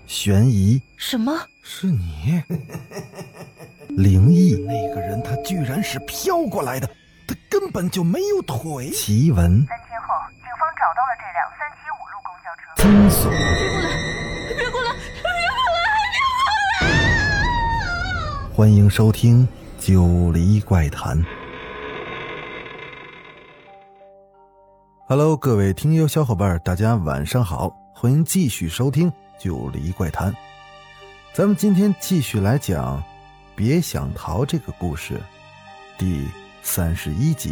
悬疑， 什么？ 是你？ 灵异， 那个人他居然是飘过来的，他根本就没有腿。 奇闻，3 天后，警方找到了这辆375路公交车。 惊悚， 别过来！别过来！ 欢迎收听九黎怪谈。Hello， 各位听友小伙伴，大家晚上好，欢迎继续收听九黎怪谈。咱们今天继续来讲别想逃这个故事第31集。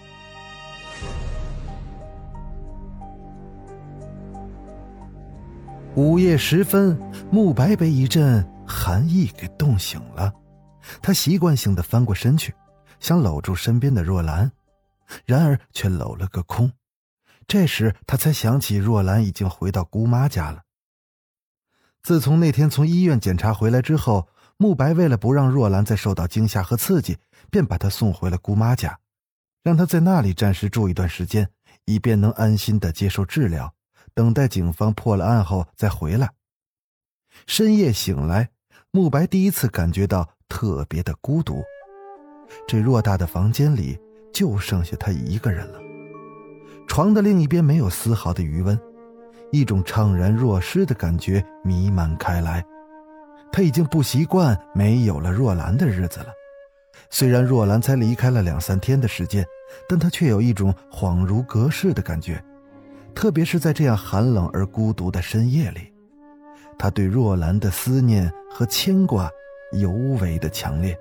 午夜时分，慕白被一阵寒意给冻醒了，他习惯性地翻过身去，想搂住身边的若兰，然而却搂了个空。这时他才想起若兰已经回到姑妈家了。自从那天从医院检查回来之后，慕白为了不让若兰再受到惊吓和刺激，便把她送回了姑妈家，让她在那里暂时住一段时间，以便能安心地接受治疗，等待警方破了案后再回来。深夜醒来，慕白第一次感觉到特别的孤独。这偌大的房间里就剩下他一个人了。床的另一边没有丝毫的余温，一种怅然若失的感觉弥漫开来。他已经不习惯没有了若兰的日子了。虽然若兰才离开了2-3天的时间，但他却有一种恍如隔世的感觉，特别是在这样寒冷而孤独的深夜里，他对若兰的思念和牵挂尤为的强烈。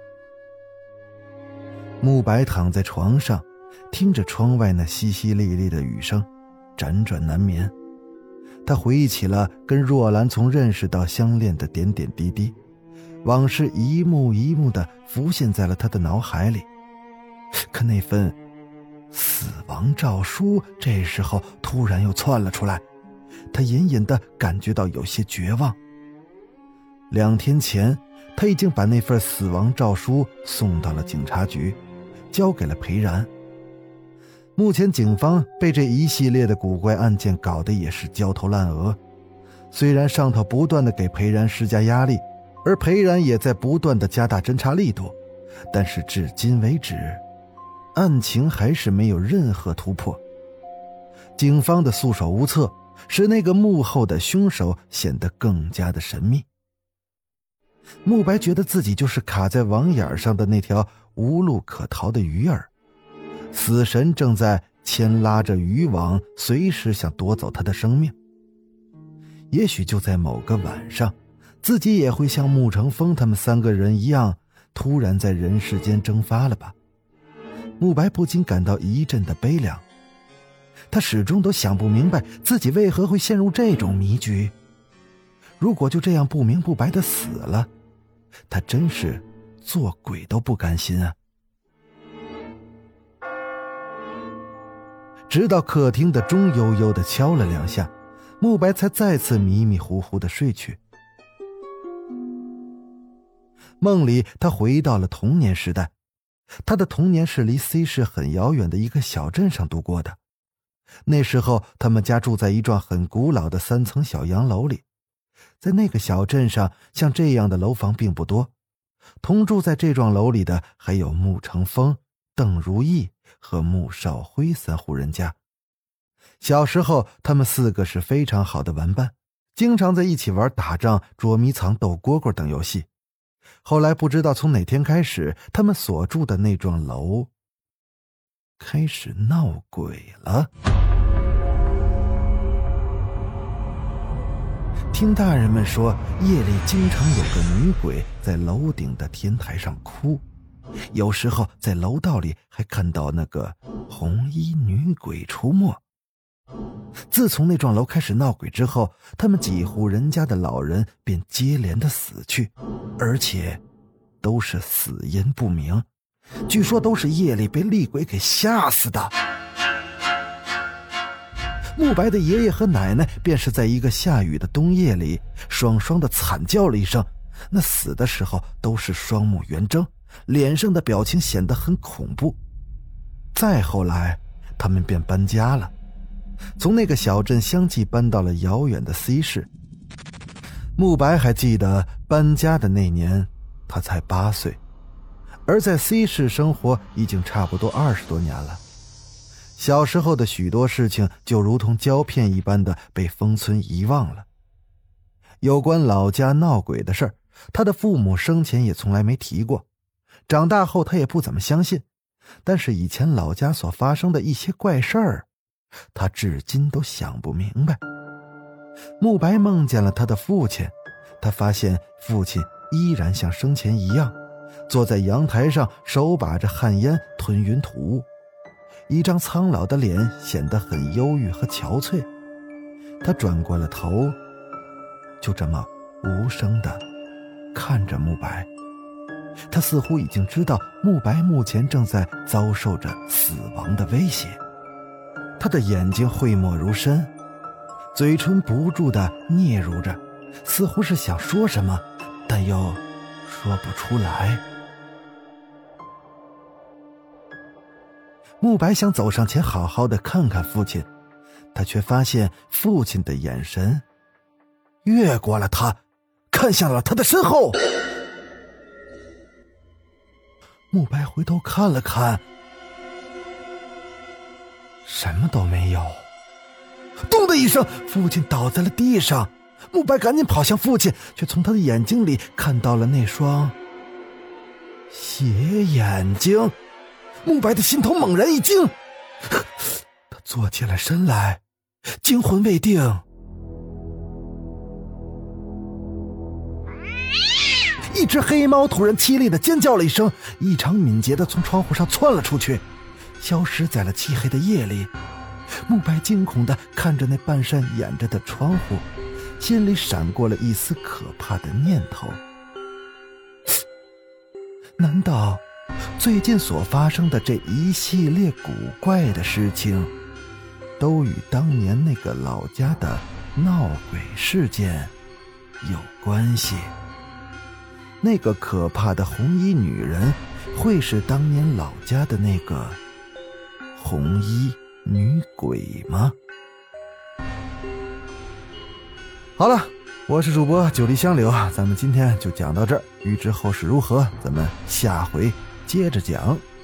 慕白躺在床上，听着窗外那淅淅沥沥的雨声，辗转难眠。他回忆起了跟若兰从认识到相恋的点点滴滴，往事一幕一幕地浮现在了他的脑海里。可那份死亡诏书这时候突然又窜了出来，他隐隐地感觉到有些绝望。2天前，他已经把那份死亡诏书送到了警察局，交给了裴然。目前警方被这一系列的古怪案件搞得也是焦头烂额，虽然上头不断地给裴然施加压力，而裴然也在不断地加大侦查力度，但是至今为止，案情还是没有任何突破。警方的束手无策，使那个幕后的凶手显得更加的神秘。慕白觉得自己就是卡在网眼上的那条无路可逃的鱼儿，死神正在牵拉着渔网，随时想夺走他的生命。也许就在某个晚上，自己也会像穆成风他们3个人一样，突然在人世间蒸发了吧。慕白不禁感到一阵的悲凉，他始终都想不明白自己为何会陷入这种迷局。如果就这样不明不白的死了，他真是做鬼都不甘心啊。直到客厅的钟悠悠地敲了2下，慕白才再次迷迷糊糊地睡去。梦里他回到了童年时代，他的童年是离 C 市很遥远的一个小镇上度过的。那时候他们家住在一幢很古老的3层小洋楼里，在那个小镇上像这样的楼房并不多，同住在这幢楼里的还有穆成风、邓如意和穆少辉3户人家。小时候他们4个是非常好的玩伴，经常在一起玩打仗、捉迷藏、斗蝈蝈等游戏。后来不知道从哪天开始，他们所住的那幢楼开始闹鬼了。听大人们说，夜里经常有个女鬼在楼顶的天台上哭，有时候在楼道里还看到那个红衣女鬼出没。自从那幢楼开始闹鬼之后，他们几户人家的老人便接连的死去，而且都是死因不明，据说都是夜里被厉鬼给吓死的。慕白的爷爷和奶奶便是在一个下雨的冬夜里双双的惨叫了一声，那死的时候都是双目圆睁，脸上的表情显得很恐怖。再后来他们便搬家了，从那个小镇相继搬到了遥远的 C 市。 慕白还记得搬家的那年他才8岁，而在 C 市生活已经差不多20多年了。小时候的许多事情就如同胶片一般的被封存遗忘了。有关老家闹鬼的事儿，他的父母生前也从来没提过，长大后他也不怎么相信，但是以前老家所发生的一些怪事儿，他至今都想不明白。慕白梦见了他的父亲，他发现父亲依然像生前一样，坐在阳台上，手把着旱烟，吞云吐雾，一张苍老的脸显得很忧郁和憔悴。他转过了头，就这么无声地看着慕白。他似乎已经知道慕白目前正在遭受着死亡的威胁。他的眼睛讳莫如深，嘴唇不住地嗫嚅着，似乎是想说什么，但又说不出来。慕白想走上前好好的看看父亲，他却发现父亲的眼神越过了他，看向了他的身后。慕白回头看了看，什么都没有。咚的一声，父亲倒在了地上。慕白赶紧跑向父亲，却从他的眼睛里看到了那双血眼睛。慕白的心头猛然一惊，他坐起了身来，惊魂未定。一只黑猫突然凄厉地尖叫了一声，异常敏捷地从窗户上窜了出去，消失在了漆黑的夜里。慕白惊恐地看着那半扇掩着的窗户，心里闪过了一丝可怕的念头。难道最近所发生的这一系列古怪的事情，都与当年那个老家的闹鬼事件有关系？那个可怕的红衣女人，会是当年老家的那个红衣女鬼吗？好了，我是主播九黎香柳，咱们今天就讲到这儿，欲知后事如何，咱们下回接着讲。